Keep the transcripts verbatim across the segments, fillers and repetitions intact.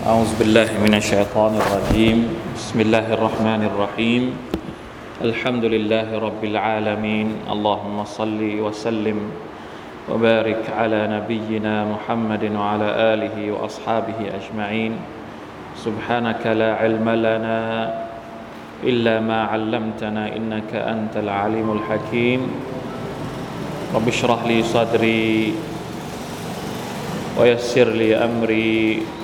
أعوذ بالله من الشيطان الرجيم بسم الله الرحمن الرحيم الحمد لله رب العالمين اللهم صل وسلم وبارك على نبينا محمد وعلى آله وأصحابه أجمعين سبحانك لا علم لنا إلا ما علمتنا إنك أنت العليم الحكيم رب اشرح لي صدري ويسر لي أمري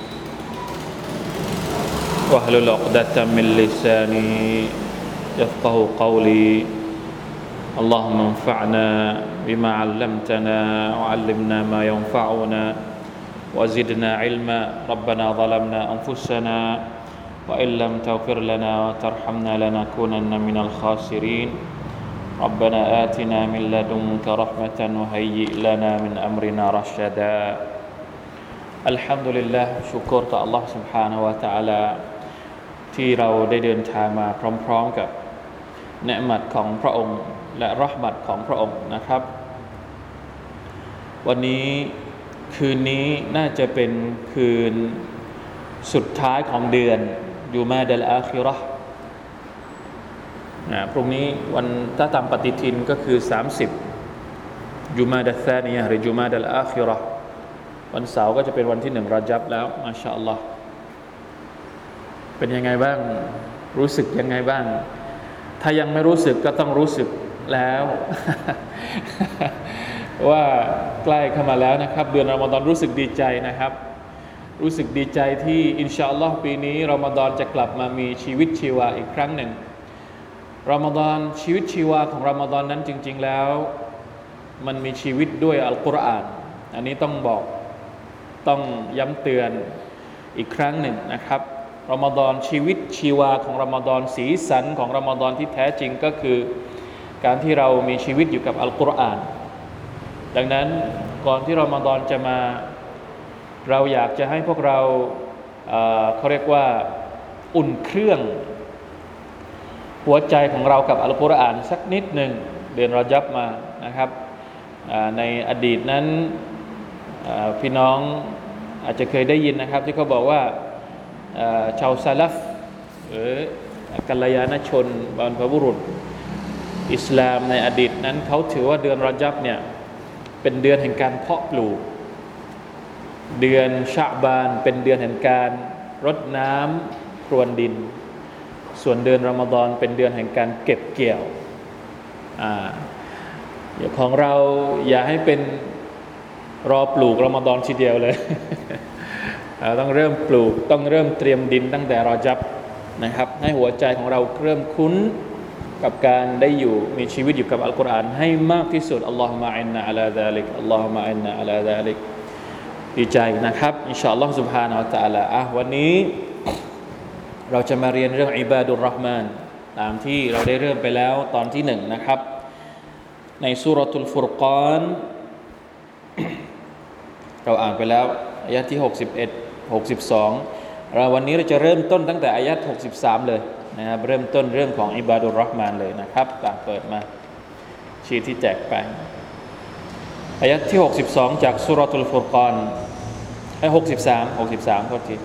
واحلل عقدة من لساني يفقه قولي اللهم انفعنا بما علمتنا وعلمنا ما ينفعنا وزدنا علما ربنا ظلمنا أنفسنا وإن لم تغفر لنا وترحمنا لنكونن من الخاسرين ربنا آتنا من لدنك رحمة وهيئ لنا من أمرنا رشدا الحمد لله ชุกรต่อ Allah سبحانه และ تعالى ที่เราได้เดินทางมาพร้อมๆกับเนืมัดของพระองค์และเราะห์มัตของพระองค์นะครับวันนี้คืนนี้น่าจะเป็นคืนสุดท้ายของเดือนยูมาดัลอาคิเราะห์นะพรุ่งนี้วันถ้าตามปฏิทินก็คือสามสิบยูมาดัลซานียะห์หรือยูมาดัลอาคิเราะห์วันเสาร์ก็จะเป็นวันที่หนึ่งรอญับแล้วมาชาอัลลอฮ์เป็นยังไงบ้างรู้สึกยังไงบ้างถ้ายังไม่รู้สึกก็ต้องรู้สึกแล้ว ว่าใกล้เข้ามาแล้วนะครับเดือนรอมฎอนรู้สึกดีใจนะครับรู้สึกดีใจที่อินชาอัลลอฮ์ปีนี้รอมฎอนจะกลับมามีชีวิตชีวาอีกครั้งหนึ่งรอมฎอนชีวิตชีวาของรอมฎอนนั้นจริงๆแล้วมันมีชีวิตด้วยอัลกุรอานอันนี้ต้องบอกต้องย้ำเตือนอีกครั้งหนึ่งนะครับรอมฎอนชีวิตชีวาของรอมฎอนสีสันของรอมฎอนที่แท้จริงก็คือการที่เรามีชีวิตอยู่กับอัลกุรอานดังนั้นก่อนที่รอมฎอนจะมาเราอยากจะให้พวกเราเอ่อเขาเรียกว่าอุ่นเครื่องหัวใจของเรากับอัลกุรอานสักนิดหนึ่งเดือนรอญับมานะครับในอดีตนั้นพี่น้องอาจจะเคยได้ยินนะครับที่เขาบอกว่าชาวซาลัฟหรือกัลยาณชนบรรพบุรุษอิสลามในอดีตนั้นเขาถือว่าเดือนรอญับเนี่ยเป็นเดือนแห่งการเพาะปลูกเดือนชะบานเป็นเดือนแห่งการรดน้ำพรวนดินส่วนเดือนรอมฎอนเป็นเดือนแห่งการเก็บเกี่ยวอ่าของเราอย่าให้เป็นรอปลูกรอมฎอนทีเดียวเลย เราต้องเริ่มปลูกต้องเริ่มเตรียมดินตั้งแต่รอญับนะครับให้หัวใจของเราเริ่มคุ้นกับการได้อยู่มีชีวิตอยู่กับอัลกุรอานให้มากที่สุดอัลลอฮุมะอินนะอะลาซาลิกอัลลอฮุมะอินนะอะลาซาลิกดีใจนะครับอินชาอัลลอฮ์ سبحانه และ تعالى อ่ะวันนี้เราจะมาเรียนเรื่องอิบาดุรเราะห์มานตามที่เราได้เริ่มไปแล้วตอนที่หนึ่งนะครับในซูเราะตุลฟุรกาน เราอ่านไปแล้วอายะห์ที่หกสิบเอ็ด หกสิบสองเราวันนี้เราจะเริ่มต้นตั้งแต่อายะห์หกสิบสามเลยนะครับเริ่มต้นเรื่องของอิบาดุรเราะห์มานเลยนะครับต่างเปิดมาชีทที่แจกไปอายะห์ที่หกสิบสองจากซูเราะตุลฟุรกานให้หกสิบสาม หกสิบสามโทษที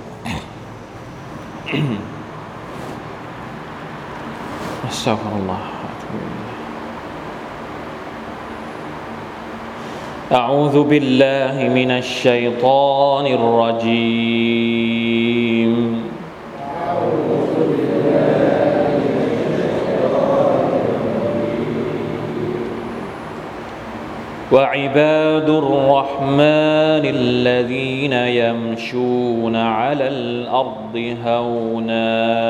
อัสซะฆฟิรุลลอฮ์أعوذ بالله من الشيطان الرجيم وعباد الرحمن الذين يمشون على الأرض هونا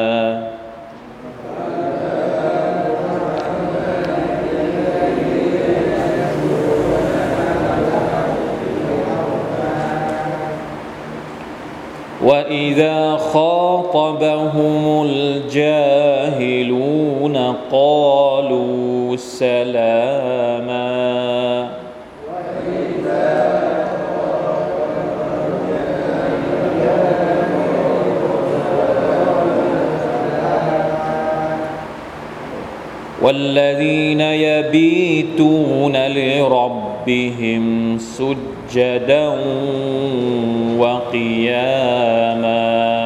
وإذا خاطبهم الجاهلون قالوا سلاما والذين يبيتون لربهم سجدا وقياما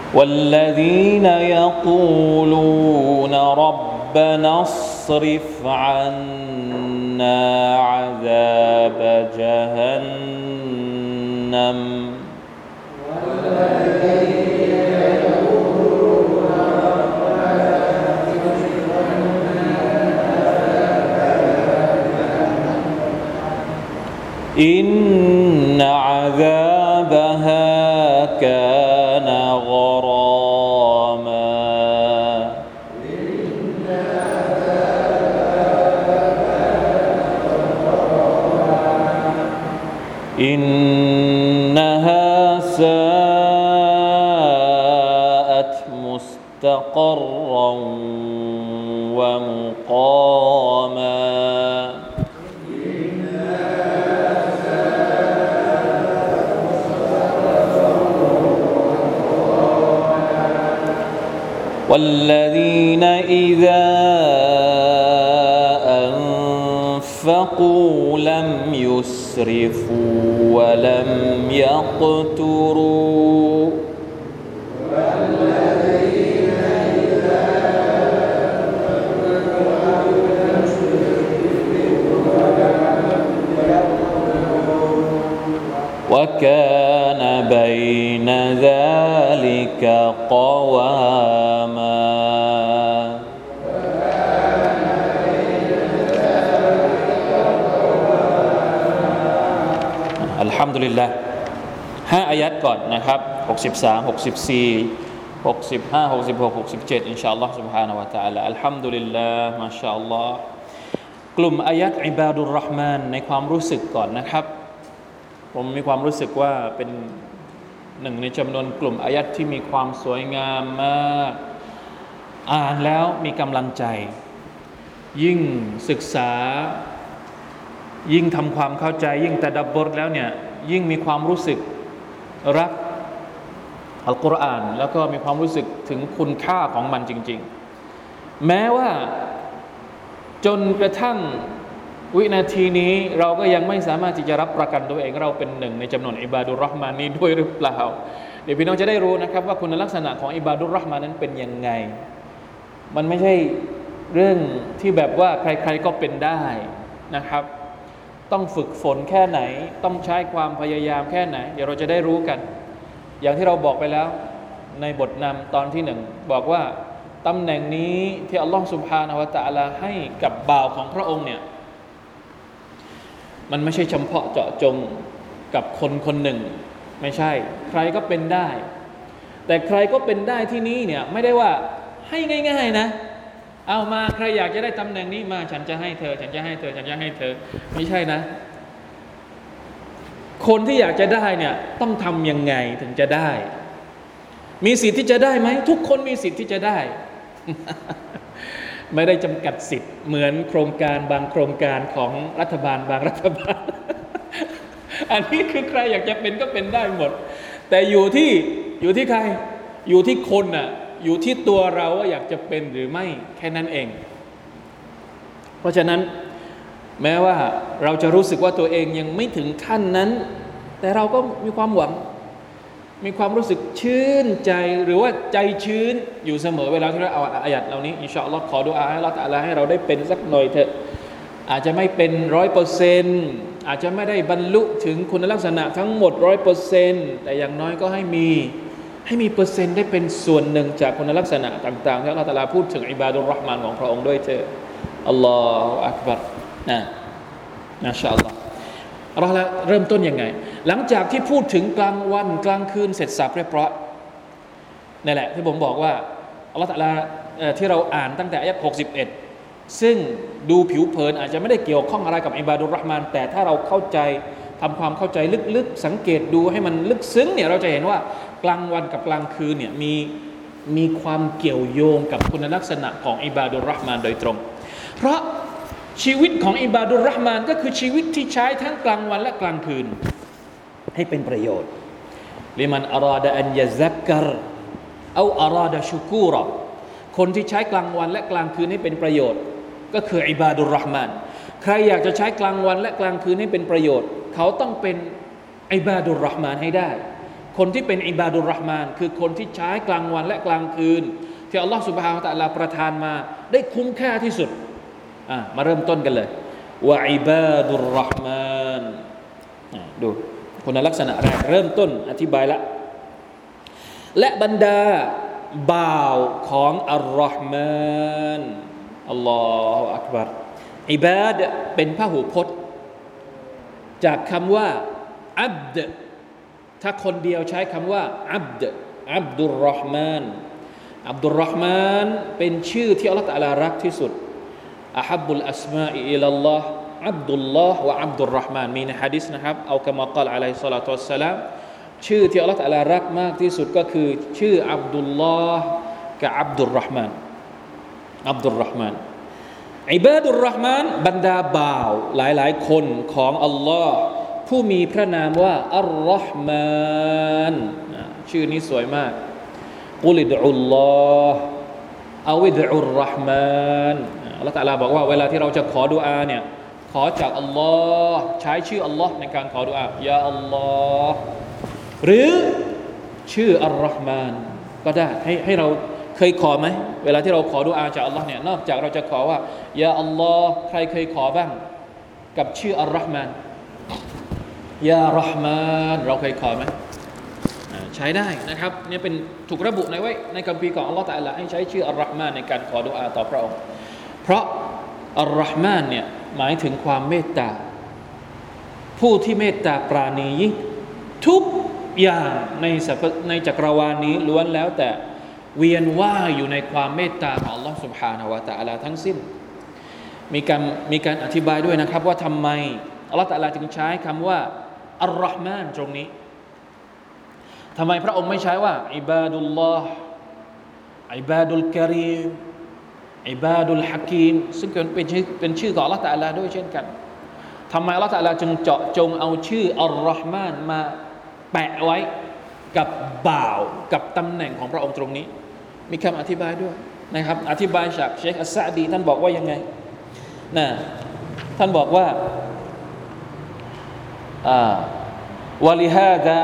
والذين يقولون ربنا اصرف عنا عذاب جهنم إن عذابها كان غراما إنها ساءت مستقرا ومقاما والذين إذا أنفقوا لم يسرفوا ولم يقتروا والذين إذا وكان بين ذلك قواماอัลฮัมดุลิลลาห์ห้าอายัดก่อนนะครับหกสิบสาม หกสิบสี่ หกสิบห้า หกสิบหก หกสิบเจ็ดอินชาอัลลอฮ์ سبحانه และ تعالى อัลฮัมดุลิลลาห์มาชาอัลลอฮ์กลุ่มอายัดอิบาดุรเราะห์มานในความรู้สึกก่อนนะครับผมมีความรู้สึกว่าเป็นหนึ่งในจำนวนกลุ่มอายัดที่มีความสวยงามมากอ่านแล้วมีกำลังใจยิ่งศึกษายิ่งทำความเข้าใจยิ่งตะดับบรแล้วเนี่ยยิ่งมีความรู้สึกรักอัลกุรอานแล้วก็มีความรู้สึกถึงคุณค่าของมันจริงๆแม้ว่าจนกระทั่งวินาทีนี้เราก็ยังไม่สามารถที่จะรับประกันตัวเองเราเป็นหนึ่งในจำนวนอิบาดุรเราะห์มานนี้ด้วยหรือเปล่าเดี๋ยวพี่น้องจะได้รู้นะครับว่าคุณลักษณะของอิบาดุรเราะห์มานนั้นเป็นยังไงมันไม่ใช่เรื่องที่แบบว่าใครๆก็เป็นได้นะครับต้องฝึกฝนแค่ไหนต้องใช้ความพยายามแค่ไหนเดี๋ยวเราจะได้รู้กันอย่างที่เราบอกไปแล้วในบทนำตอนที่หนึ่งบอกว่าตำแหน่งนี้ที่อัลลอฮฺซุบฮานะฮูวะตะอาลาให้กับบ่าวของพระองค์เนี่ยมันไม่ใช่เฉพาะเจาะจงกับคนคนหนึ่งไม่ใช่ใครก็เป็นได้แต่ใครก็เป็นได้ที่นี้เนี่ยไม่ได้ว่าให้ง่ายๆนะเอามาใครอยากจะได้ตำแหน่งนี้มาฉันจะให้เธอฉันจะให้เธอฉันจะให้เธอไม่ใช่นะคนที่อยากจะได้เนี่ยต้องทำยังไงถึงจะได้มีสิทธิ์ที่จะได้ไหมทุกคนมีสิทธิ์ที่จะได้ ไม่ได้จำกัดสิทธิ์เหมือนโครงการบางโครงการของรัฐบาลบางรัฐบาล อันนี้คือใครอยากจะเป็นก็เป็นได้หมดแต่อยู่ที่อยู่ที่ใครอยู่ที่คนน่ะอยู่ที่ตัวเราว่าอยากจะเป็นหรือไม่แค่นั้นเองเพราะฉะนั้นแม้ว่าเราจะรู้สึกว่าตัวเองยังไม่ถึงขั้นนั้นแต่เราก็มีความหวังมีความรู้สึกชื่นใจหรือว่าใจชื้นอยู่เสมอเวลาที่เราเอาอายัดเหล่านี้อินชาอัลลอฮ์ขอดุอาให้อัลเลาะห์ตะอาลาให้เราได้เป็นสักหน่อยเถอะอาจจะไม่เป็น ร้อยเปอร์เซ็นต์ อาจจะไม่ได้บรรลุถึงคุณลักษณะทั้งหมด ร้อยเปอร์เซ็นต์ แต่อย่างน้อยก็ให้มีให้มีเปอร์เซ็นต์ได้เป็นส่วนหนึ่งจากคุณลักษณะต่างๆที่อัลเลาะห์ตะอาลาพูดถึงอิบาดุรเราะห์มานของพระองค์ด้วยเถอะอัลลอฮฺอักบัรนะมาชาอัลลอฮ์เราเริ่มต้นยังไงหลังจากที่พูดถึงกลางวันกลางคืนเสร็จสับเรียบร้อยนี่แหละที่ผมบอกว่าอัลลอฮฺตะอาลาที่เราอ่านตั้งแต่อายะห์หกสิบเอ็ดซึ่งดูผิวเผินอาจจะไม่ได้เกี่ยวข้องอะไรกับอิบาดุรเราะห์มานแต่ถ้าเราเข้าใจทำความเข้าใจลึกๆสังเกตดูให้มันลึกซึ้งเนี่ยเราจะเห็นว่ากลางวันกับกลางคืนเนี่ยมีมีความเกี่ยวโยงกับคุณลักษณะของอิบาดุรเราะห์มานโดยตรงเพราะชีวิตของอิบาดุรเราะห์มานก็คือชีวิตที่ใช้ทั้งกลางวันและกลางคืนให้เป็นประโยชน์ลิมันอาราดะอันยะซักกัรเอาอาราดะชุกูรอคนที่ใช้กลางวันและกลางคืนให้เป็นประโยชน์ก็คืออิบาดุรเราะห์มานใครอยากจะใช้กลางวันและกลางคืนให้เป็นประโยชน์เขาต้องเป็นอิบาดุรเราะห์มานให้ได้คนที่เป็นอิบาดุลเราะห์มานคือคนที่ใช้กลางวันและกลางคืนที่อัลลอฮฺซุบฮานะฮูวะตะอาลาประทานมาได้คุ้มค่าที่สุดอ่ะมาเริ่มต้นกันเลยวะอิบาดุลเราะห์มานดูคุณลักษณะแรกเริ่มต้นอธิบายละและบรรดาบ่าวของอัลเราะห์มานอัลลอฮฺอักบัรอิบาดเป็นพหูพจน์จากคำว่าอับดถ้าคนเดียวใช้คำว่าอับดอับดุลเราะห์มานอับดุลเราะห์มานเป็นชื่อที่อัลเลาะห์ตะอาลารักที่สุดอะฮับบุลอัสมาอิอิลัลลอฮ์อับดุลลอฮ์วะอับดุลเราะห์มานมีในหะดีษนะครับเอากะมากาลอะลัยฮิสศอลาตุวัสสลามชื่อที่อัลเลาะห์ตะอาลารักมากที่สุดก็คือชื่ออับดุลลอฮ์กับอับดุลเราะห์มานอับดุลเราะห์มานอิบาดุลเราะห์มานบรรดาบ่าวหลายๆคนของอัลลอฮ์ผู้มีพระนามว่าอัลเราะห์มานชื่อนี้สวยมากกุลิดุลลอฮ์เอาวิดุลเราะห์มานอัลเลาะห์ตะอาลาบอกว่าเวลาที่เราจะขอดุอาเนี่ยขอจากอัลลอฮ์ใช้ชื่ออัลลอฮ์ในการขอดุอายาอัลลอฮ์หรือชื่ออัลเราะห์มานก็ได้ให้ให้เราเคยขอไหมเวลาที่เราขอดุอาจากอัลลอฮ์เนี่ยนอกจากเราจะขอว่ายาอัลลอฮ์ใครเคยขอบ้างกับชื่ออัลเราะห์มานยาเราะห์มานเราเคยขอไหมใช้ได้นะครับเนี่ยเป็นถูกระบุในไว้ในคัมภีร์ของอัลลอฮ์ตะอาลาให้ใช้ชื่ออัลเราะห์มานในการขอดุอาต่อพระองค์เพราะอัลเราะห์มานเนี่ยหมายถึงความเมตตาผู้ที่เมตตาปราณียิ่งทุกอย่างในในจักรวาลนี้ล้วนแล้วแต่เวียนว่ายอยู่ในความเมตตาของอัลลอฮ์ سبحانه และ تعالى ทั้งสิ้นมีการมีการอธิบายด้วยนะครับว่าทำไมอัลลอฮ์ تعالى จึงใช้คำว่าอัลเราะห์มานตรงนี้ทำไมพระองค์ไม่ใช้ว่าอิบาดุลลอฮ์อิบาดุลกะรีมอิบาดุลฮะกีมซึ่งเป็นชื่อเป็นชื่อของอัลลอฮ์ تعالى ด้วยเช่นกันทำไมอัลลอฮ์ تعالى จึงเจาะจงเอาชื่ออัลเราะห์มานมาแปะไว้กับบ่าวกับตำแหน่งของพระองค์ตรงนี้มีคำอธิบายด้วยนะครับอธิบายจากเชคอัสซะอ์ดีท่านบอกว่ายังไงนะท่านบอกว่าอ่าวะลิฮาซา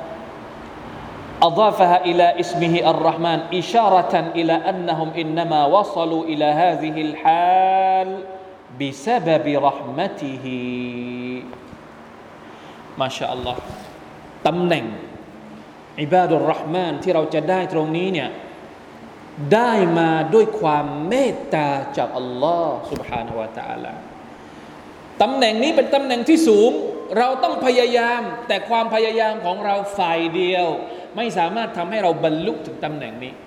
أضافها إلى اسمه الرحمن إشارة إلى أنهم إنما وصلوا إلى هذه الحال بسبب رحمته ما شاء الله ตำแหน่งอิบาดุลเราะห์มานที่เราจะได้ตรงนี้เนี่ยได้มาด้วยความเมตตาจากอัลลอฮ์ سبحانه และ تعالى ตำแหน่งนี้เป็นตำแหน่งที่สูงเราต้องพยายามแต่ความพยายามของเราฝ่ายเดียวไม่สามารถทำให้เราบรรลุถึงตำแหน่งนี้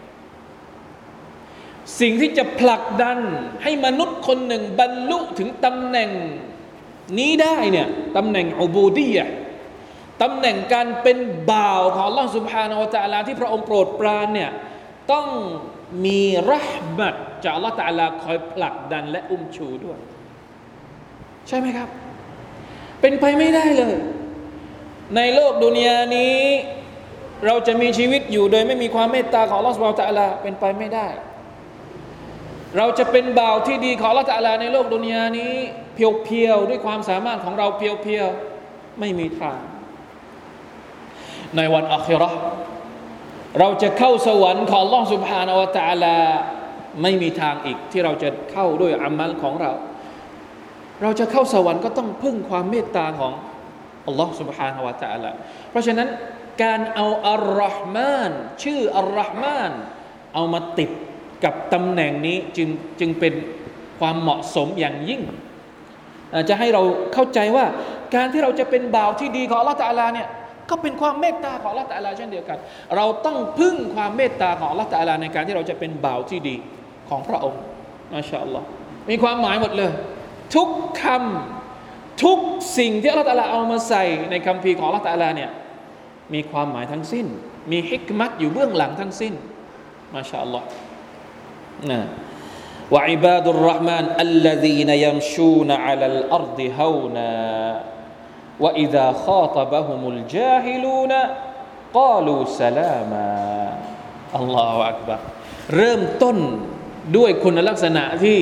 สิ่งที่จะผลักดันให้มนุษย์คนหนึ่งบรรลุถึงตำแหน่งนี้ได้เนี่ยตำแหน่งอุบูดียะห์ตำแหน่งการเป็นบ่าวของอัลลอฮฺ سبحانه และ تعالى ที่พระองค์โปรดปรานเนี่ยต้องมีเราะห์มัตจากอัลลอฮฺ تعالى คอยผลักดันและอุ้มชูด้วยใช่ไหมครับเป็นไปไม่ได้เลยในโลกดุนยานี้เราจะมีชีวิตอยู่โดยไม่มีความเมตตาของอัลลอฮฺ سبحانه และ تعالى เป็นไปไม่ได้เราจะเป็นบ่าวที่ดีของอัลลอฮฺ تعالى ในโลกดุนยานี้เพียวๆด้วยความสามารถของเราเพียวๆไม่มีทางในวันอาคิเราะห์เราจะเข้าสวรรค์ของอัลลอฮฺ سبحانه และ تعالى ไม่มีทางอีกที่เราจะเข้าด้วยอามัลของเราเราจะเข้าสวรรค์ก็ต้องพึ่งความเมตตาของอัลลอฮฺ سبحانه และ تعالى เพราะฉะนั้นการเอาอัลเราะห์มานชื่ออัลเราะห์มานเอามาติดกับตำแหน่งนี้จึงจึงเป็นความเหมาะสมอย่างยิ่งจะให้เราเข้าใจว่าการที่เราจะเป็นบ่าวที่ดีของอัลลอฮฺ تعالى เนี่ยก็เป็นความเมตตาของอัลเลาะห์ตะอาลาเช่นเดียวกันเราต้องพึ่งความเมตตาของอัลเลาะห์ตะอาลาในการที่เราจะเป็นบ่าวที่ดีของพระองค์มาชาอัลลอฮ์มีความหมายหมดเลยทุกคำทุกสิ่งที่อัลเลาะห์ตะอาลาเอามาใส่ในคัมภีร์ของอัลเลาะห์ตะอาลาเนี่ยมีความหมายทั้งสิ้นมีฮิกมัตอยู่เบื้องหลังทั้งสิ้นมาชาอัลลอฮ์นะวะอิบาดุรเราะห์มานอัลลซีนยัมชูนอะลัลอัรฎิฮาวนาوإذا خاطبهم الجاهلون قالوا سلاما الله أكبر เริ่มต้นด้วยคุณลักษณะที่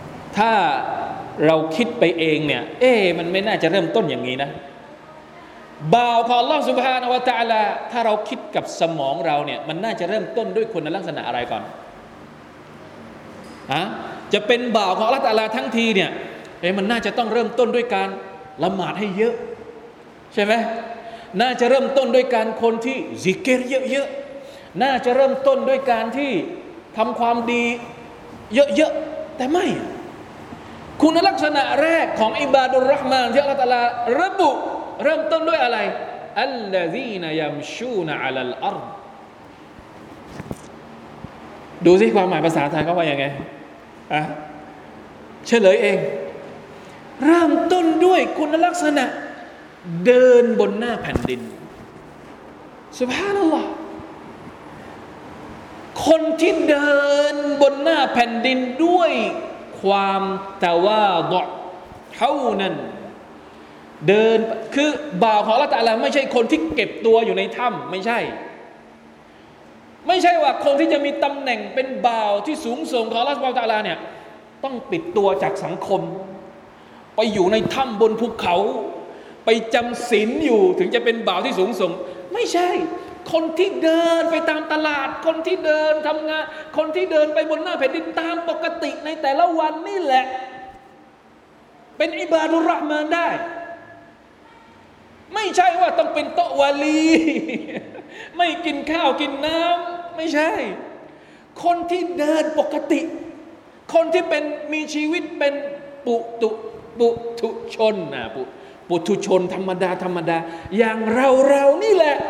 ถ้าเราคิดไปเองเนี่ยเอ๊ะมันไม่น่าจะเริ่มต้นอย่างนี้นะบ่าวของอัลลอฮฺ سبحانه และ تعالى ถ้าเราคิดกับสมองเราเนี่ยมันน่าจะเริ่มต้นด้วยคุณลักษณะอะไรก่อนอะจะเป็นบ่าวของอัลลอฮฺ تعالى ทั้งทีเนี่ยเอ๊ะมันน่าจะต้องเริ่มต้นด้วยการละหมาดให้เยอะใช่ไหมน่าจะเริ่มต้นด้วยการคนที่ซิกรเยอะๆน่าจะเริ่มต้นด้วยการที่ทำความดีเยอะๆแต่ไม่คุณลักษณะแรกของอิบาดุรเราะห์มานที่อัลเลาะห์ตะอาลาระบุเริ่มต้นด้วยอะไรอัลลซีนยัมชูนอะลัลอัรฎดูสิความหมายภาษาไทยเขาว่ายังไงอ่ะเฉลยเองเริ่มต้นด้วยคุณลักษณะเดินบนหน้าแผ่นดินซุบฮานัลลอฮ์คนที่เดินบนหน้าแผ่นดินด้วยความตะวาฎอเท่านั้นเดินคือบ่าวของอัลเลาะห์ตะอาลาไม่ใช่คนที่เก็บตัวอยู่ในถ้ำไม่ใช่ไม่ใช่ว่าคนที่จะมีตำแหน่งเป็นบ่าวที่สูงส่งของอัลเลาะห์ซุบฮานะฮูวะตะอาลาเนี่ยต้องปิดตัวจากสังคมไปอยู่ในถ้ำบนภูเขาไปจำศีลอยู่ถึงจะเป็นบ่าวที่สูงส่งไม่ใช่คนที่เดินไปตามตลาดคนที่เดินทำงานคนที่เดินไปบนหน้าแผ่นดินตามปกติในแต่ละวันนี่แหละเป็นอิบาดุรเราะห์มานได้ไม่ใช่ว่าต้องเป็นโตวาลีไม่กินข้าวกินน้ำไม่ใช่คนที่เดินปกติคนที่เป็นมีชีวิตเป็นปุตุปุถุชนนะปุปุถุชนธรรมดาธรรมดาอย่างเราเรานี่แหละ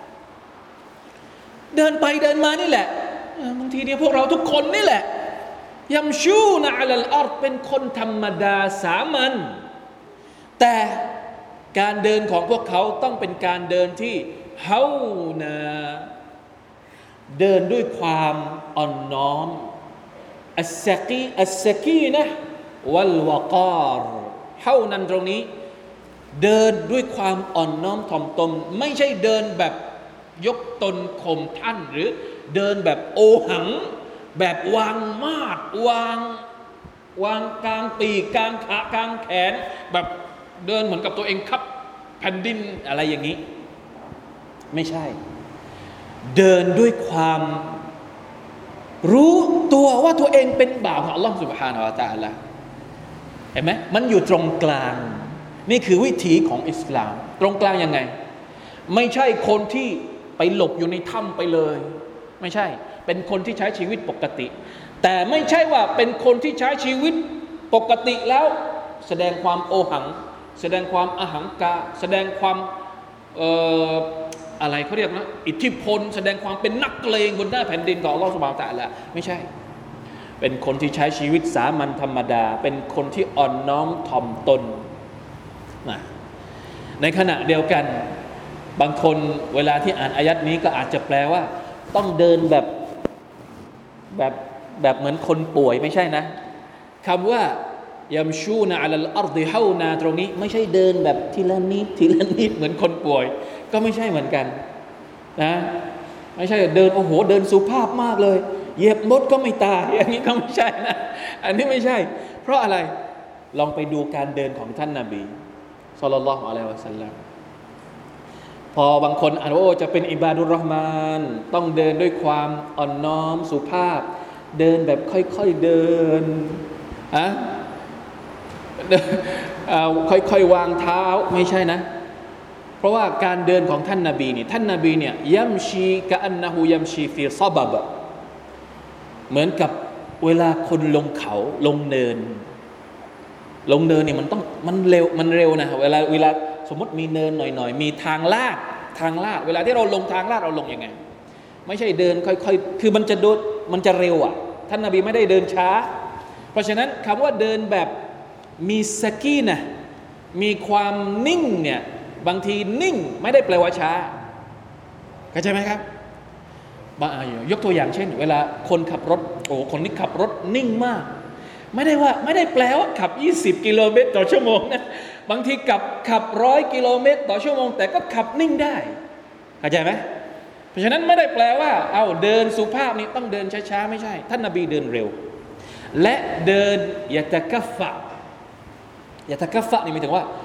เดินไปเดินมานี่แหละบางทีเนี่ยพวกเราทุกคนนี่แหละยัมชูนะอะลัลอัรฎเป็นคนธรรมดาสามัญแต่การเดินของพวกเขาต้องเป็นการเดินที่เฮานาเดินด้วยความอ่อนน้อมอัสซะกีอัสซะกีนะห์วัลวะการ์เฮานั้นตรงนี้เดินด้วยความอ่อนน้อมถ่อมตนไม่ใช่เดินแบบยกตนข่มท่านหรือเดินแบบโอหังแบบวางมาดวางวางกลางปีกกลางขากลางแขนแบบเดินเหมือนกับตัวเองคับแผ่นดินอะไรอย่างนี้ไม่ใช่เดินด้วยความรู้ตัวว่าตัวเองเป็นบ่าวของอัลลอฮฺซุบฮานะฮูวะตะอาลาเห็นไหมมันอยู่ตรงกลางนี่คือวิถีของอิสลามตรงกลางยังไงไม่ใช่คนที่ไปหลบอยู่ในถ้ำไปเลยไม่ใช่เป็นคนที่ใช้ชีวิตปกติแต่ไม่ใช่ว่าเป็นคนที่ใช้ชีวิตปกติแล้วแสดงความโอหังแสดงความอหังกาแสดงความเอ่ออะไรเขาเรียกนะอิทธิพลแสดงความเป็นนักเลงบนหน้าแผ่นดินของอัลเลาะห์ซุบฮานะฮูวะตะอาลาไม่ใช่เป็นคนที่ใช้ชีวิตสามัญธรรมดาเป็นคนที่อ่อนน้อมถ่อมตนนะในขณะเดียวกันบางคนเวลาที่อ่านอายัดนี้ก็อาจจะแปลว่าต้องเดินแบบแบบแบบเหมือนคนป่วยไม่ใช่นะคำว่ายัมชูนะอะลัลอัรฎิเฮานาตรงนี้ไม่ใช่เดินแบบทีละนิดทีละนิดเหมือนคนป่วยก็ไม่ใช่เหมือนกันนะไม่ใช่เดินโอ้โหเดินสุภาพมากเลยเหยียบมดก็ไม่ตายอย่างนี้ก็ไม่ใช่นะอันนี้ไม่ใช่เพราะอะไรลองไปดูการเดินของท่านนบีศ็อลลัลลอฮุอะลัยฮิวะซัลลัมพอบางคนอ่านว่าโอ้จะเป็นอิบาดุรเราะห์มานต้องเดินด้วยความอ่อนน้อมสุภาพเดินแบบค่อยๆเดินอะค่อยๆวางเท้าไม่ใช่นะเพราะว่าการเดินของท่านนบีนี่ท่านนบีเนี่ยยัมชีกะอันนะฮูยัมชีฟีซะบับเหมือนกับเวลาคนลงเขาลงเนินลงเนินนี่มันต้องมันเร็วมันเร็วนะเวลาเวลาสมมติมีเนินหน่อยๆมีทางลาดทางลาดเวลาที่เราลงทางลาดเราลงยังไงไม่ใช่เดินค่อยๆคือมันจะโดดมันจะเร็วอ่ะท่านนบีไม่ได้เดินช้าเพราะฉะนั้นคำว่าเดินแบบมีสกีนะมีความนิ่งเนี่ยบางทีนิ่งไม่ได้แปลว่าช้าเข้าใจไหมครับบางยกตัวอย่างเช่นเวลาคนขับรถโอ้คนนี้ขับรถนิ่งมากไม่ได้ว่าไม่ได้แปลว่าขับยี่สิบกิโลเมตรต่อชั่วโมงนะบางทีขับขับร้อยกิโลเมตรต่อชั่วโมงแต่ก็ขับนิ่งได้เข้าใจไหมเพราะฉะนั้นไม่ได้แปลว่าเอาเดินสุภาพนี่ต้องเดินช้าๆไม่ใช่ท่านนบีเดินเร็วและเดินยะตะกัฟฟะยะตะกัฟฟะนี่หมายถึงว่า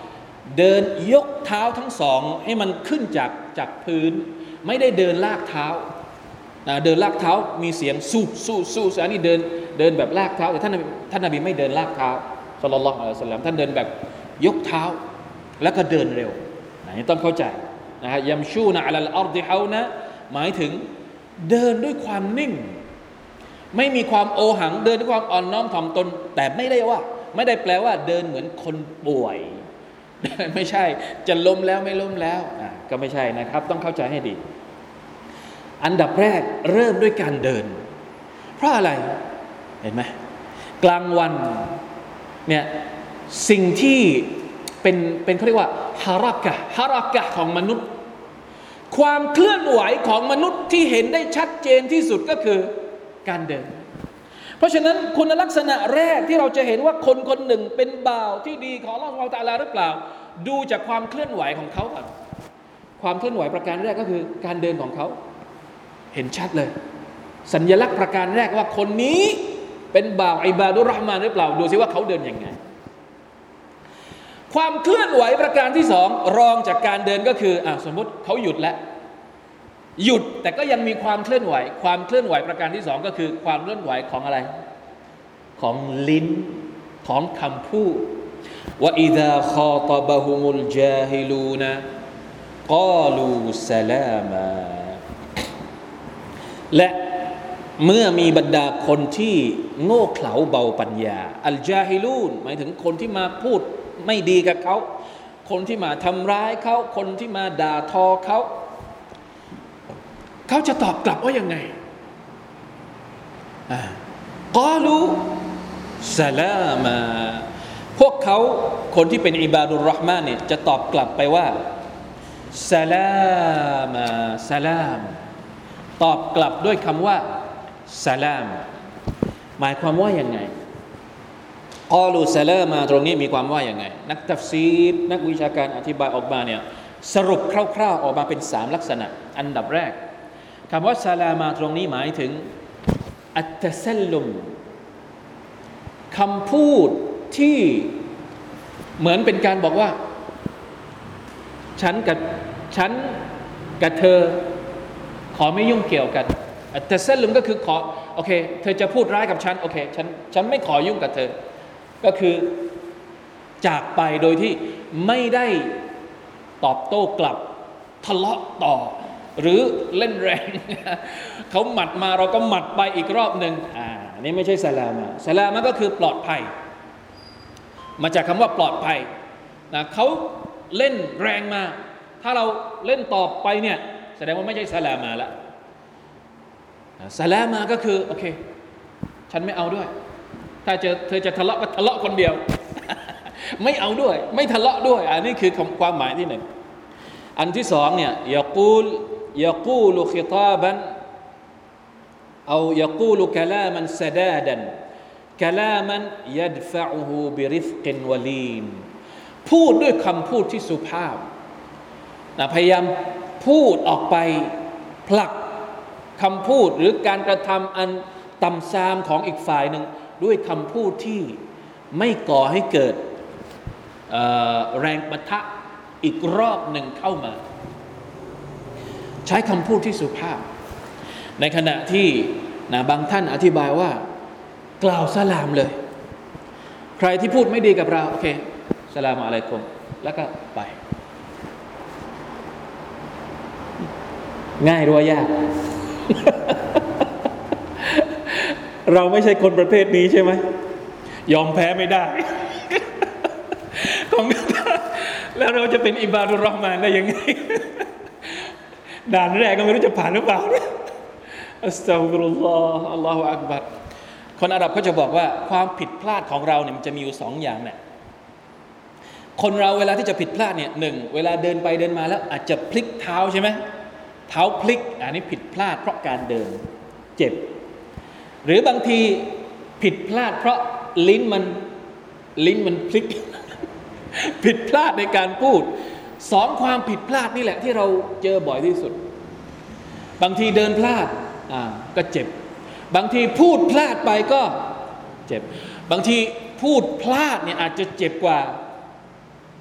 เดินยกเท้าทั้งสองให้มันขึ้นจากจากพื้นไม่ได้เดินลากเท้านะเดินลากเท้ามีเสียงสู้สู้สู้อันนี้เดินเดินแบบลากเท้าแต่ท่านท่านนบีไม่เดินลากเท้าศ็อลลัลลอฮุอะลัยฮิวะซัลลัมท่านเดินแบบยกเท้าแล้วก็เดินเร็วนะนี่ต้องเข้าใจนะฮะยัมชูนะอะลัลอัรฎิฮาวนะหมายถึงเดินด้วยความนิ่งไม่มีความโอหังเดินด้วยความอ่อนน้อมถ่อมตนแต่ไม่ได้ว่าไม่ได้แปลว่าเดินเหมือนคนป่วยไม่ใช่จะล้มแล้วไม่ล้มแล้วอ่ะก็ไม่ใช่นะครับต้องเข้าใจให้ดีอันดับแรกเริ่มด้วยการเดินเพราะอะไรเห็นไหมกลางวันเนี่ยสิ่งที่เป็นเป็นเขาเรียกว่าฮารากะฮ์ฮารากะห์ของมนุษย์ความเคลื่อนไหวของมนุษย์ที่เห็นได้ชัดเจนที่สุดก็คือการเดินเพราะฉะนั้นคุณลักษณะแรกที่เราจะเห็นว่าคนคนหนึ่งเป็นบ่าวที่ดีของอัลเลาะห์ซุบฮานะฮูวะตะอาลาหรือเปล่าดูจากความเคลื่อนไหวของเขาก่อนความเคลื่อนไหวประการแรกก็คือการเดินของเขาเห็นชัดเลยสัญลักษณ์ประการแรกว่าคนนี้เป็นบ่าวอิบาดุรเราะห์มานหรือเปล่าดูสิว่าเขาเดินยังไงความเคลื่อนไหวประการที่สองรองจากการเดินก็คืออ่ะสมมติเขาหยุดแล้วหยุดแต่ก็ยังมีความเคลื่อนไหวความเคลื่อนไหวประการที่สองก็คือความเคลื่อนไหวของอะไรของลิ้นของคำพูดว่าอิซาคอตบะฮุมุลญาฮิลูนกาลูสลามาและเมื่อมีบรรดาคนที่โง่เขลาเบาปัญญาอัลญาฮิลูนหมายถึงคนที่มาพูดไม่ดีกับเขาคนที่มาทำร้ายเขาคนที่มาด่าทอเขาเขาจะตอบกลับว่ายังไงกาลูสลามาพวกเขาคนที่เป็นอิบาดุรเราะห์มานเนี่ยจะตอบกลับไปว่าสลามาสลามตอบกลับด้วยคำว่าสลามหมายความว่ายังไงกาลูสลามาตรงนี้มีความว่ายังไงนักตัฟซีรนักวิชาการอธิบายออกมาเนี่ยสรุปคร่าวๆออกมาเป็นสามลักษณะอันดับแรกคำว่าสลามาตรงนี้หมายถึงอัตตะซัลลุมคำพูดที่เหมือนเป็นการบอกว่าฉันกับฉันกับเธอขอไม่ยุ่งเกี่ยวกันอัตตะซัลลุมก็คือขอโอเคเธอจะพูดร้ายกับฉันโอเคฉันฉันไม่ขอยุ่งกับเธอก็คือจากไปโดยที่ไม่ได้ตอบโต้กลับทะเลาะต่อหรือเล่นแรงเขาหมัดมาเราก็หมัดไปอีกรอบหนึ่งอ่านี่ไม่ใช่สลามะสลามะก็คือปลอดภัยมาจากคำว่าปลอดภัยนะเขาเล่นแรงมาถ้าเราเล่นตอบไปเนี่ยแสดงว่าไม่ใช่สลามะละสลามะก็คือโอเคฉันไม่เอาด้วยถ้าเจอเธอจะทะเลาะก็ทะเลาะคนเดียว ไม่เอาด้วยไม่ทะเลาะด้วยอันนี้คือความหมายที่หนึ่งอันที่สองเนี่ยยะกูลยะกูลขิตาบันเอายะกูลกะลามันซะดาดันกะลามันยัดฟะอุฮูบิริฟกินวะลีนพูดด้วยคำพูดที่สุภาพนะพยายามพูดออกไปผลักคำพูดหรือการกระทำอันต่ำทรามของอีกฝ่ายหนึ่งด้วยคำพูดที่ไม่ก่อให้เกิดแรงปะทะอีกรอบหนึ่งเข้ามาใช้คำพูดที่สุภาพในขณะที่นะบางท่านอธิบายว่ากล่าวสลามเลยใครที่พูดไม่ดีกับเราโอเคสลามอะลัยกุมแล้วก็ไปง่ายหรือว่ายาก เราไม่ใช่คนประเภทนี้ใช่ไหมยอมแพ้ไม่ได้ ของแล้วเราจะเป็นอิบาดุรเราะห์มานได้ยังไง ด่านแรกก็ไม่รู้จะผ่านหรือเปล่าอัสตัฆฟิรุลลอฮ์อัลลอฮุอักบัรคนอาหรับเขาจะบอกว่าความผิดพลาดของเราเนี่ยมันจะมีอยู่สองอย่างเนี่ยคนเราเวลาที่จะผิดพลาดเนี่ยหนึ่งเวลาเดินไปเดินมาแล้วอาจจะพลิกเท้าใช่ไหมเท้าพลิกอันนี้ผิดพลาดเพราะการเดินเจ็บหรือบางทีผิดพลาดเพราะลิ้นมันลิ้นมันพลิก ผิดพลาดในการพูดสองความผิดพลาดนี่แหละที่เราเจอบ่อยที่สุดบางทีเดินพลาดอ่าก็เจ็บบางทีพูดพลาดไปก็เจ็บบางทีพูดพลาดเนี่ยอาจจะเจ็บกว่า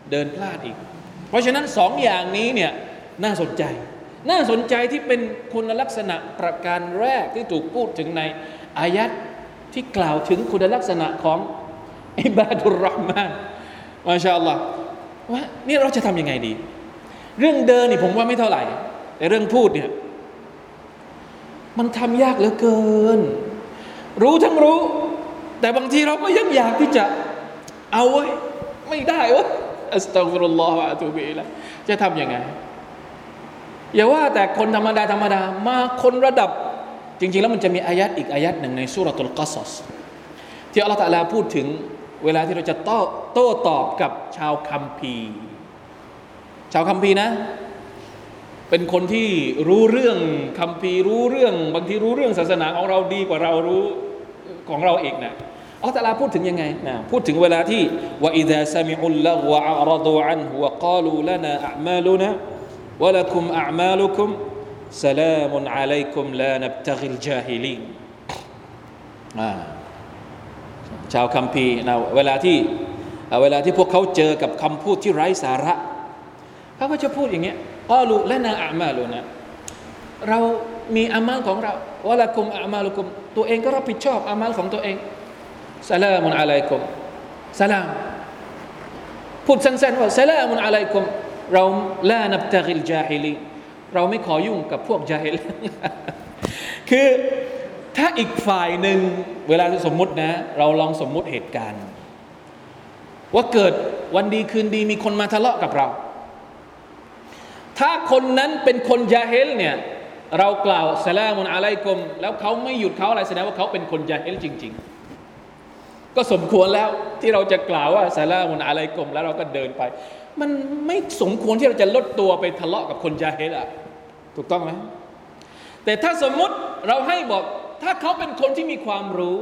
เดินพลาดอีกเพราะฉะนั้นสองอย่างนี้เนี่ยน่าสนใจน่าสนใจที่เป็นคุณลักษณะประการแรกที่ถูกพูดถึงในอายัดที่กล่าวถึงคุณลักษณะของอิบาดุรเราะห์มานมาชาอัลลอฮ์ว่านี่เราจะทำยังไงดีเรื่องเดินนี่ผมว่าไม่เท่าไหร่แต่เรื่องพูดเนี่ยมันทำยากเหลือเกินรู้ทั้งรู้แต่บางทีเราก็ยังอยากที่จะเอาไว้ไม่ได้วะอัสตัฆฟิรุลลอฮฺวะอะตูบิอิลัยฮิจะทำยังไงอย่าว่าแต่คนธรรมดาธรรมดามาคนระดับจริงๆแล้วมันจะมีอายัดอีกอายัดหนึ่งในซูเราะตุลกัศศที่อัลเลาะห์ตะอาลาพูดถึงเวลาที่เราจะโต้โต้ตอบกับชาวคัมภีร์ชาวคัมภีร์นะเป็นคนที่รู้เรื่องคัมภีร์รู้เรื่องบางทีรู้เรื่องศาสนาของเราดีกว่าเรารู้ของเราเองนะอัลเลาะห์ตะอาลาพูดถึงยังไงนะพูดถึงเวลาที่วะอิซาซะมิอุลละฆวะอะรอดูอันฮุวะกาลูลานาอะอ์มาลุนาวะละกุมอะอ์มาลุกุมสลามุนอะลัยกุมลานับตะกิลญาฮิลีนอ่าชาวคัมภีร์นะเวลาที่เวลาที่พวกเขาเจอกับคำพูดที่ไร้สาระเขาก็จะพูดอย่างเงี้ยกาลูละนาอะอ์มาลุนะเรามีอามัลของเราวะละกุมอะอ์มาลุกุมตัวเองก็รับผิดชอบอามัลของตัวเองสลามุนอะลัยกุมสลามพูดสั้นๆว่าสลามุนอะลัยกุมเราลานับตะกิลญาฮิลีนเราไม่ขอยุ่งกับพวกญาฮิลคือถ้าอีกฝ่ายหนึ่งเวลาสมมุตินะเราลองสมมุติเหตุการณ์ว่าเกิดวันดีคืนดีมีคนมาทะเลาะกับเราถ้าคนนั้นเป็นคนญาฮิลเนี่ยเรากล่าวสลามุนอะลัยกุมแล้วเขาไม่หยุดเขาอะไรแสดงว่าเขาเป็นคนญาฮิลจริงๆก็สมควรแล้วที่เราจะกล่าวว่าสลามุนอะลัยกุมแล้วเราก็เดินไปมันไม่สมควรที่เราจะลดตัวไปทะเลาะกับคนญาฮิลอะถูกต้องไหมแต่ถ้าสมมุติเราให้บอกถ้าเขาเป็นคนที่มีความรู้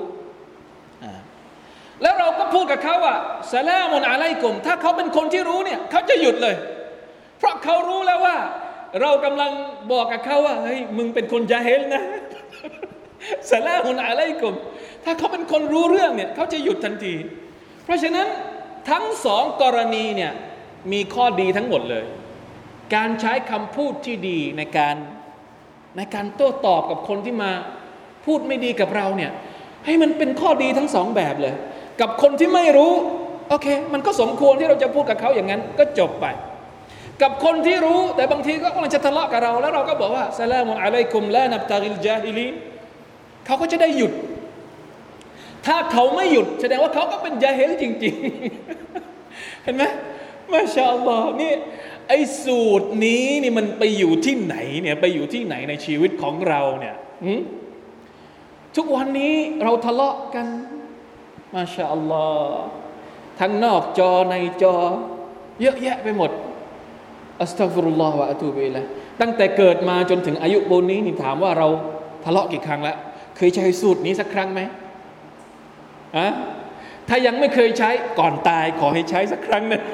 แล้วเราก็พูดกับเขาว่าสลามุนอะลัยกุมถ้าเขาเป็นคนที่รู้เนี่ยเขาจะหยุดเลยเพราะเขารู้แล้วว่าเรากำลังบอกกับเขาว่าเฮ้ยมึงเป็นคนญาฮิลนะสลามุนอะลัยกุมถ้าเขาเป็นคนรู้เรื่องเนี่ยเขาจะหยุดทันทีเพราะฉะนั้นทั้งสองกรณีเนี่ยมีข้อดีทั้งหมดเลยการใช้คำพูดที่ดีในการในการโต้ตอบกับคนที่มาพูดไม่ดีกับเราเนี่ยให้มันเป็นข้อดีทั้งสองแบบเลยกับคนที่ไม่รู้โอเคมันก็สมควรที่เราจะพูดกับเขาอย่างนั้นก็จบไปกับคนที่รู้แต่บางทีก็กำลังจะทะเลาะกับเราแล้วเราก็บอกว่าสลามุนอะลัยกุมลานับตะกิลญาฮิลีนเขาก็จะได้หยุดถ้าเขาไม่หยุดแสดงว่าเขาก็เป็นญาฮิลจริงๆเห็นไหมมาชาอัลลอฮ์นี่ไอ้สูตรนี้นี่มันไปอยู่ที่ไหนเนี่ยไปอยู่ที่ไหนในชีวิตของเราเนี่ยทุกวันนี้เราทะเลาะกันมาชาอัลลอฮ์ทั้งนอกจอในจอเยอะแยะไปหมดอัสตัฆฟิรุลลอฮฺวะอะตูบิอิลัยฮิตั้งแต่เกิดมาจนถึงอายุปูนนี้นี่ถามว่าเราทะเลาะกี่ครั้งแล้วเคยใช้สูตรนี้สักครั้งไหมอะถ้ายังไม่เคยใช้ก่อนตายขอให้ใช้สักครั้งนึง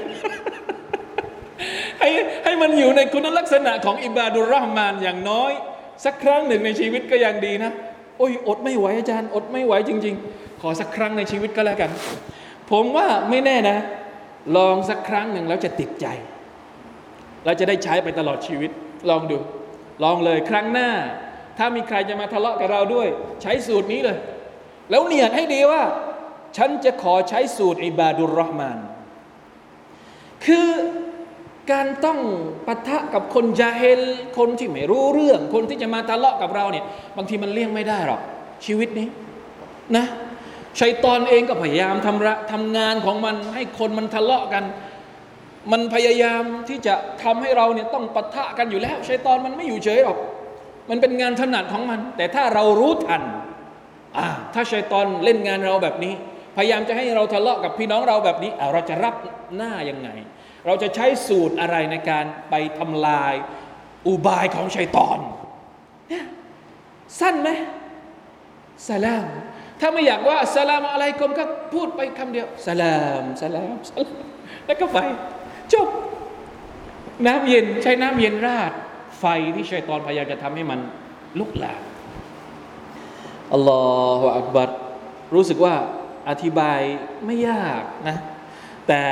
ให้ให้มันอยู่ในคุณลักษณะของอิบาดุรเราะห์มานอย่างน้อยสักครั้งหนึ่งในชีวิตก็ยังดีนะโอ้ยอดไม่ไหวอาจารย์อดไม่ไหวจริงๆขอสักครั้งในชีวิตก็แล้วกันผมว่าไม่แน่นะลองสักครั้งหนึ่งแล้วจะติดใจเราจะได้ใช้ไปตลอดชีวิตลองดูลองเลยครั้งหน้าถ้ามีใครจะมาทะเลาะกับเราด้วยใช้สูตรนี้เลยแล้วเนียดให้ดีว่าฉันจะขอใช้สูตรอิบาดุรเราะห์มานคือการต้องปะทะกับคนญาฮิลคนที่ไม่รู้เรื่องคนที่จะมาทะเลาะกับเราเนี่ยบางทีมันเลี่ยงไม่ได้หรอกชีวิตนี้นะชัยฏอนเองก็พยายามทำระทำงานของมันให้คนมันทะเลาะกันมันพยายามที่จะทำให้เราเนี่ยต้องปะทะกันอยู่แล้วชัยฏอนมันไม่อยู่เฉยหรอกมันเป็นงานถนัดของมันแต่ถ้าเรารู้ทันอ่าถ้าชัยฏอนเล่นงานเราแบบนี้พยายามจะให้เราทะเลาะกับพี่น้องเราแบบนี้อ่าเราจะรับหน้ายังไงเราจะใช้สูตรอะไรในการไปทำลายอุบายของชัยฏอนเนี่ยสั้นไหมสลามถ้าไม่อยากว่าสลามอะไรกลมก็พูดไปคำเดียวสลามสลามสลามแล้วก็ไปจบน้ำเย็นใช้น้ำเย็นราดไฟที่ชัยฏอนพยายามจะทำให้มันลุกลามอัลลอฮฺอักบัรรู้สึกว่าอธิบายไม่ยากนะแต่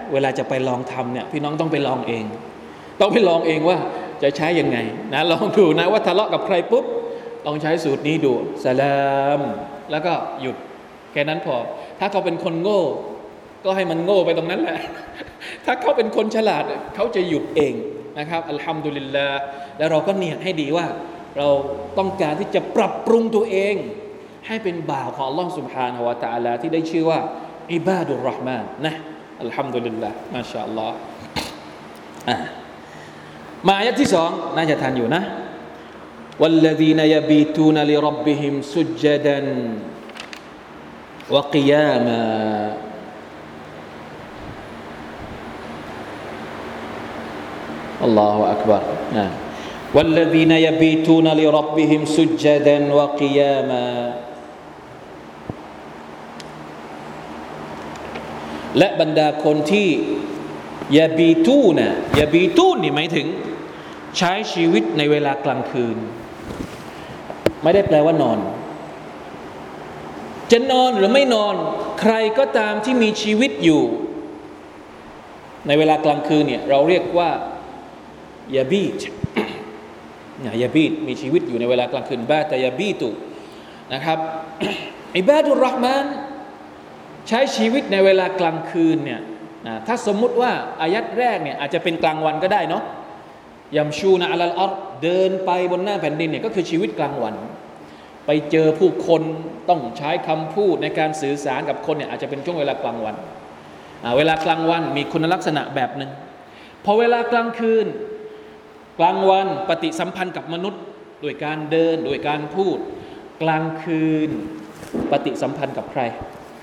เวลาจะไปลองทำเนี่ยพี่น้องต้องไปลองเองต้องไปลองเองว่าจะใช้ยังไงนะลองดูนะว่าทะเลาะกับใครปุ๊บลองใช้สูตรนี้ดูสลามแล้วก็หยุดแค่นั้นพอถ้าเขาเป็นคนโง่ก็ให้มันโง่ไปตรงนั้นแหละถ้าเขาเป็นคนฉลาดเขาจะหยุดเองนะครับอัลฮัมดุลิลลาห์แล้วเราก็เนียดให้ดีว่าเราต้องการที่จะปรับปรุงตัวเองให้เป็นบ่าวของอัลลอฮฺซุบฮานะฮูวะตะอาลาที่ได้ชื่อว่าอิบาดุรเราะห์มานนะอัลฮัมดุลิลลาห์มาชาอัลลอฮ์อ่ะมาอายะที่สองน่าจะทันอยู่นะوالذين يبيتون لربهم سجدا وقياما الله أكبر والذين يبيتون لربهم سجدا وقياما และบรรดาคนที่ยาบีตูนะยาบีตูนนี่หมายถึงใช้ชีวิตในเวลากลางคืนไม่ได้แปลว่านอนจะนอนหรือไม่นอนใครก็ตามที่มีชีวิตอยู่ในเวลากลางคืนเนี่ยเราเรียกว่ายาบีตนะยาบีตมีชีวิตอยู่ในเวลากลางคืนบาตยาบีตุนะครับอิบาดุรเราะห์มานใช้ชีวิตในเวลากลางคืนเนี่ยนะถ้าสมมุติว่าอายัดแรกเนี่ยอาจจะเป็นกลางวันก็ได้เนาะยัมชูนะอะลัลอัรฎ์เดินไปบนหน้าแผ่นดินเนี่ยก็คือชีวิตกลางวันไปเจอผู้คนต้องใช้คำพูดในการสื่อสารกับคนเนี่ยอาจจะเป็นช่วงเวลากลางวันเวลากลางวันมีคุณลักษณะแบบนึงพอเวลากลางคืนกลางวันปฏิสัมพันธ์กับมนุษย์โดยการเดินโดยการพูดกลางคืนปฏิสัมพันธ์กับใคร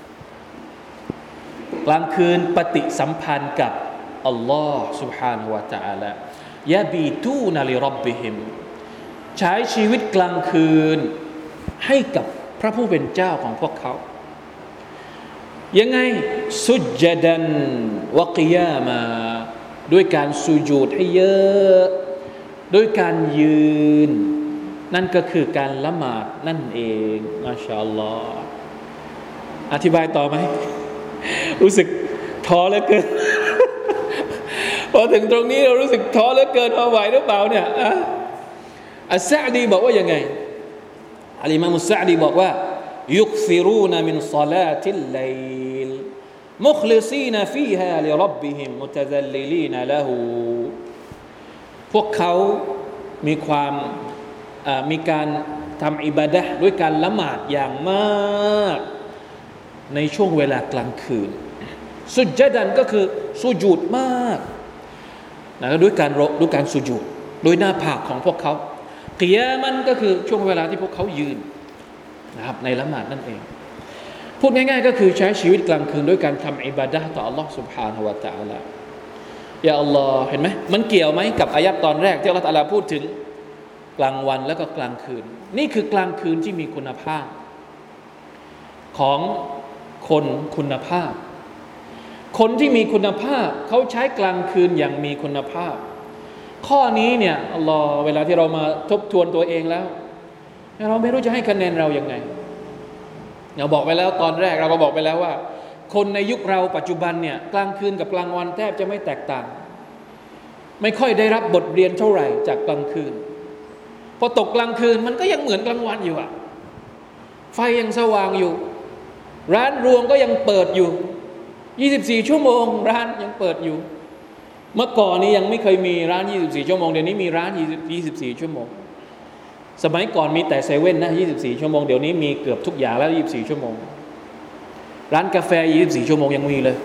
กลางคืนปฏิสัมพันธ์กับอัลลอฮ์ سبحانه และ تعالى ยะบีตูนะลิร็อบบิฮิมใช้ชีวิตกลางคืนให้กับพระผู้เป็นเจ้าของพวกเขายังไงสุจดันวะกิยามาด้วยการสุญูดให้เยอะด้วยการยืนนั่นก็คือการละหมาดนั่นเองมาชาอัลลอฮ์อธิบายต่อไหมรู้สึกท้อเหลือเกินพอถึงตรงนี้เรารู้สึกท้อเหลือเกินพอไหวหรือเปล่าเนี่ยอัสซะอ์ดีบอกว่ายังไงอัลอิมามอัสซะอ์ดีบอกว่ายุกซิรูนมินศอลาติลไลลมุคลิซีนฟีฮาลิร็อบบิฮิมมุตะซัลลิลีนละฮูพวกเขามีความมีการทำอิบาดะห์ด้วยการละหมาดอย่างมากในช่วงเวลากลางคืนสุจดันก็คือสุญูดมากนะด้วยการด้วยการสุญูดโดยหน้าผากของพวกเขากิยามันก็คือช่วงเวลาที่พวกเขายืนนะครับในละหมาดนั่นเองพูดง่ายๆก็คือใช้ชีวิตกลางคืนด้วยการทำอิบาดะห์ต่อ Allah سبحانه และ تعالى ยาอัลลอฮ์เห็นไหมมันเกี่ยวไหมกับอายัดตอนแรกที่อัลเลาะห์ตะอาลาพูดถึงกลางวันแล้วก็กลางคืนนี่คือกลางคืนที่มีคุณภาพของคนคุณภาพคนที่มีคุณภาพเขาใช้กลางคืนอย่างมีคุณภาพข้อนี้เนี่ยอัลลอฮ์เวลาที่เรามาทบทวนตัวเองแล้วเราไม่รู้จะให้คะแนนเราอย่างไงเราบอกไปแล้วตอนแรกเราก็บอกไปแล้วว่าคนในยุคเราปัจจุบันเนี่ยกลางคืนกับกลางวันแทบจะไม่แตกต่างไม่ค่อยได้รับบทเรียนเท่าไหร่จากกลางคืนพอตกกลางคืนมันก็ยังเหมือนกลางวันอยู่อะไฟยังสว่างอยู่ร้านรวงก็ยังเปิดอยู่ยี่สิบสี่ชั่วโมงร้านยังเปิดอยู่เมื่อก่อนนี้ยังไม่เคยมีร้านยี่สิบสี่ชั่วโมงเดี๋ยวนี้มีร้านยี่สิบสี่ชั่วโมงสมัยก่อนมีแต่เซเว่นนะยี่สิบสี่ชั่วโมงเดี๋ยวนี้มีเกือบทุกอย่างแล้วยี่สิบสี่ชั่วโมงร้านกาแฟยี่สิบสี่ชั่วโมงยังมีเลย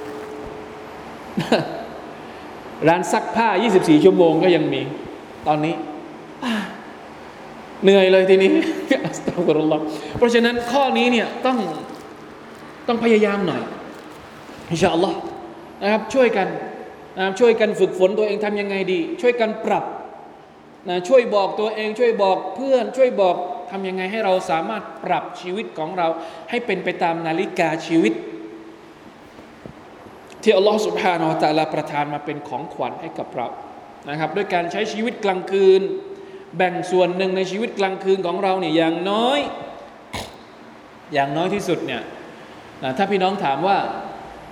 ร้านซักผ้ายี่สิบสี่ชั่วโมงก็ยังมีตอนนี้เหนื่อยเลยทีนี้ อัสตัฆฟิรุลลอฮ์เพราะฉะนั้นข้อนี้เนี่ยต้องต้องพยายามหน่อยอินชาอัลลอฮ์นะครับช่วยกันนะช่วยกันฝึกฝนตัวเองทำยังไงดีช่วยกันปรับนะช่วยบอกตัวเองช่วยบอกเพื่อนช่วยบอกทำยังไงให้เราสามารถปรับชีวิตของเราให้เป็นไปตามนาฬิกาชีวิตที่อัลลอฮฺซุบฮานะฮูวะตะอาลาประทานมาเป็นของขวัญให้กับเรานะครับด้วยการใช้ชีวิตกลางคืนแบ่งส่วนหนึ่งในชีวิตกลางคืนของเราเนี่ยอย่างน้อยอย่างน้อยที่สุดเนี่ยนะถ้าพี่น้องถามว่า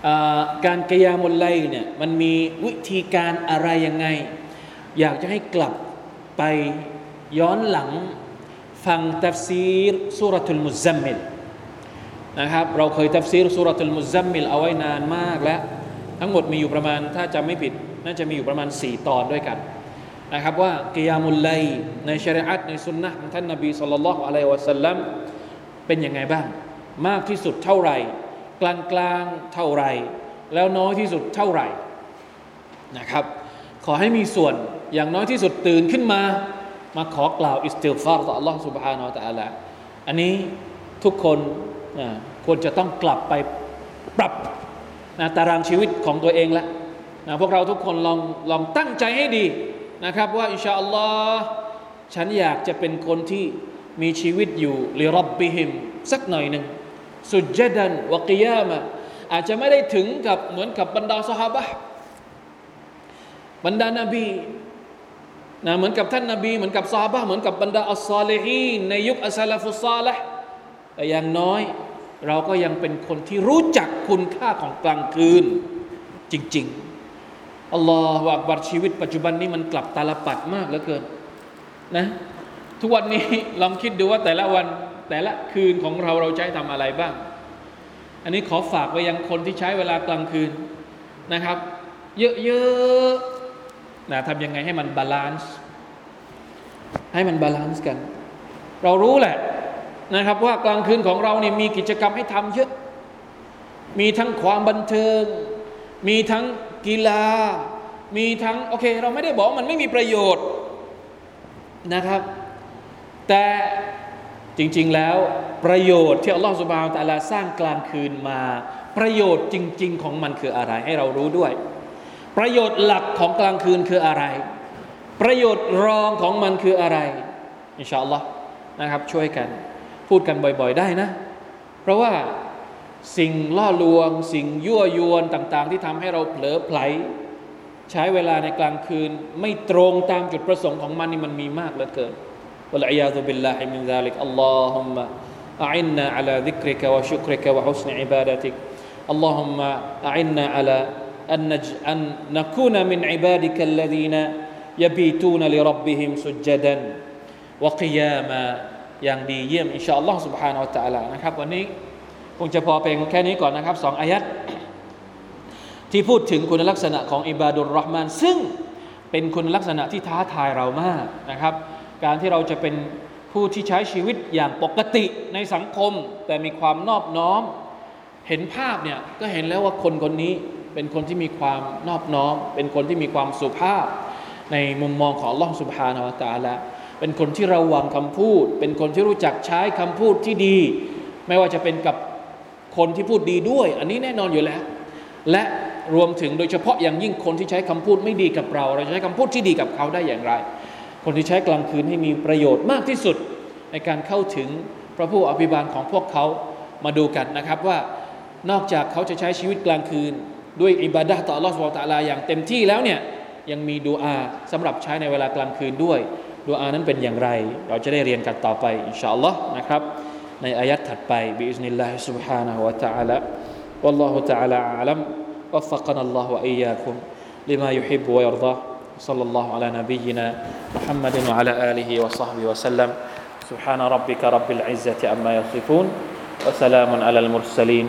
การกิยามุลไลล์เนี่ยมันมีวิธีการอะไรยังไงอยากจะให้กลับไปย้อนหลังฟังตัฟซีรซูเราะตุลมุซซัมมิลนะครับเราเคยตัฟซีรซูเราะตุลมุซซัมมิลเอาไว้นานมากแล้วทั้งหมดมีอยู่ประมาณถ้าจำไม่ผิดน่าจะมีอยู่ประมาณสี่ตอนด้วยกันนะครับว่ากิยามุลไลล์ในชะรีอะห์ในสุนนะห์ของท่านนบีศ็อลลัลลอฮุอะลัยฮิวะซัลลัมเป็นยังไงบ้างมากที่สุดเท่าไหร่กลางๆเท่าไหร่แล้วน้อยที่สุดเท่าไหร่นะครับขอให้มีส่วนอย่างน้อยที่สุดตื่นขึ้นมามาขอกล่าวอิสติฆฟารต่อ Allah سبحانه และ تعالى อันนี้ทุกคนควรจะต้องกลับไปปรับนะตารางชีวิตของตัวเองละนะพวกเราทุกคนลองลองตั้งใจให้ดีนะครับว่าอินชาอัลลอฮ์ฉันอยากจะเป็นคนที่มีชีวิตอยู่ลิร็อบบิฮิมสักหน่อยหนึ่งสุจดันวะกิยามะอาจจะไม่ได้ถึงกับเหมือนกับบรรดาซอฮาบะห์บรรดานบีนะเหมือนกับท่านนบีเหมือนกับซอฮาบะห์เหมือนกับบรรดาอัศศอลิฮีนในยุคอัสซะลัฟุศศอลิห์แต่อย่างน้อยเราก็ยังเป็นคนที่รู้จักคุณค่าของกลางคืนจริงๆอัลลอฮฺอักบัรชีวิตปัจจุบันนี้มันกลับตาลปัดมากเหลือเกินนะทุกวันนี้ลองคิดดูว่าแต่ละวันแต่ละคืนของเราเราใช้ทำอะไรบ้างอันนี้ขอฝากไว้ยังคนที่ใช้เวลากลางคืนนะครับเยอะๆนะทำยังไงให้มันบาลานซ์ให้มันบาลานซ์กันเรารู้แหละนะครับว่ากลางคืนของเราเนี่ยมีกิจกรรมให้ทำเยอะมีทั้งความบันเทิงมีทั้งกีฬามีทั้งโอเคเราไม่ได้บอกมันไม่มีประโยชน์นะครับแต่จริงๆแล้วประโยชน์ที่อัลลอฮฺซุบฮานะฮูวะตะอาลาสร้างกลางคืนมาประโยชน์จริงๆของมันคืออะไรให้เรารู้ด้วยประโยชน์หลักของกลางคืนคืออะไรประโยชน์รองของมันคืออะไรอินชาอัลลอฮ์นะครับช่วยกันพูดกันบ่อยๆได้นะเพราะว่าสิ่งล่อลวงสิ่งยั่วยวนต่างๆที่ทำให้เราเผลอไผลใช้เวลาในกลางคืนไม่ตรงตามจุดประสงค์ของมันนี่มันมีมากเหลือเกินวะลัยยาซุบิลลาฮิมินซาลิกอัลลอฮุมมะอะอินนาอะลาซิกริกะวะชุกริกะวะฮุสนิอิบาดะติกอัลลอฮุมมะอะอินนาอะลาอันนัจอันนะกูนะมินอิบาดิกัลลซีนะยะบีตูนะลิร็อบบิฮิมซุจญัดันวะกิยามะอย่างดีเยี่ยมอินชาอัลลอฮ์ سبحانه และ تعالى นะครับวันนี้คงจะพอเป็นแค่นี้ก่อนนะครับสองอายัดที่พูดถึงคุณลักษณะของอิบาดุรเราะห์มานซึ่งเป็นคุณลักษณะที่ท้าทายเรามากนะครับการที่เราจะเป็นผู้ที่ใช้ชีวิตอย่างปกติในสังคมแต่มีความนอบน้อมเห็นภาพเนี่ยก็เห็นแล้วว่าคนคนนี้เป็นคนที่มีความนอบน้อมเป็นคนที่มีความสุภาพในมุมมองของอัลเลาะห์ سبحانه และ تعالى เป็นคนที่ระวังคำพูดเป็นคนที่รู้จักใช้คำพูดที่ดีไม่ว่าจะเป็นกับคนที่พูดดีด้วยอันนี้แน่นอนอยู่แล้วและรวมถึงโดยเฉพาะอย่างยิ่งคนที่ใช้คำพูดไม่ดีกับเราเราจะใช้คำพูดที่ดีกับเขาได้อย่างไรคนที่ใช้กลางคืนให้มีประโยชน์มากที่สุดในการเข้าถึงพระผู้อภิบาลของพวกเขามาดูกันนะครับว่านอกจากเขาจะใช้ชีวิตกลางคืนด้วยอิบาดะห์ต่ออัลเลาะห์ซุบฮานะฮูวะตะอาลาอย่างเต็มที่แล้วเนี่ยยังมีดุอาสำหรับใช้ในเวลากลางคืนด้วยดุอานั้นเป็นอย่างไรเราจะได้เรียนกันต่อไปอินชาอัลลอฮ์นะครับในอายัดถัดไปบิอิซนิลลาฮิ سبحانه และ تعالى والله تعالى أعلم وفقنا الله وإياكم لما يحب ويرضى صلى الله على نبينا محمد وعلى آله وصحبه وسلم سبحان ربك رب العزة عما يصفون وسلام على المرسلين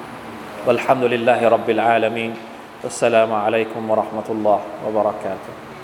والحمد لله رب العالمين والسلام عليكم ورحمة الله وبركاته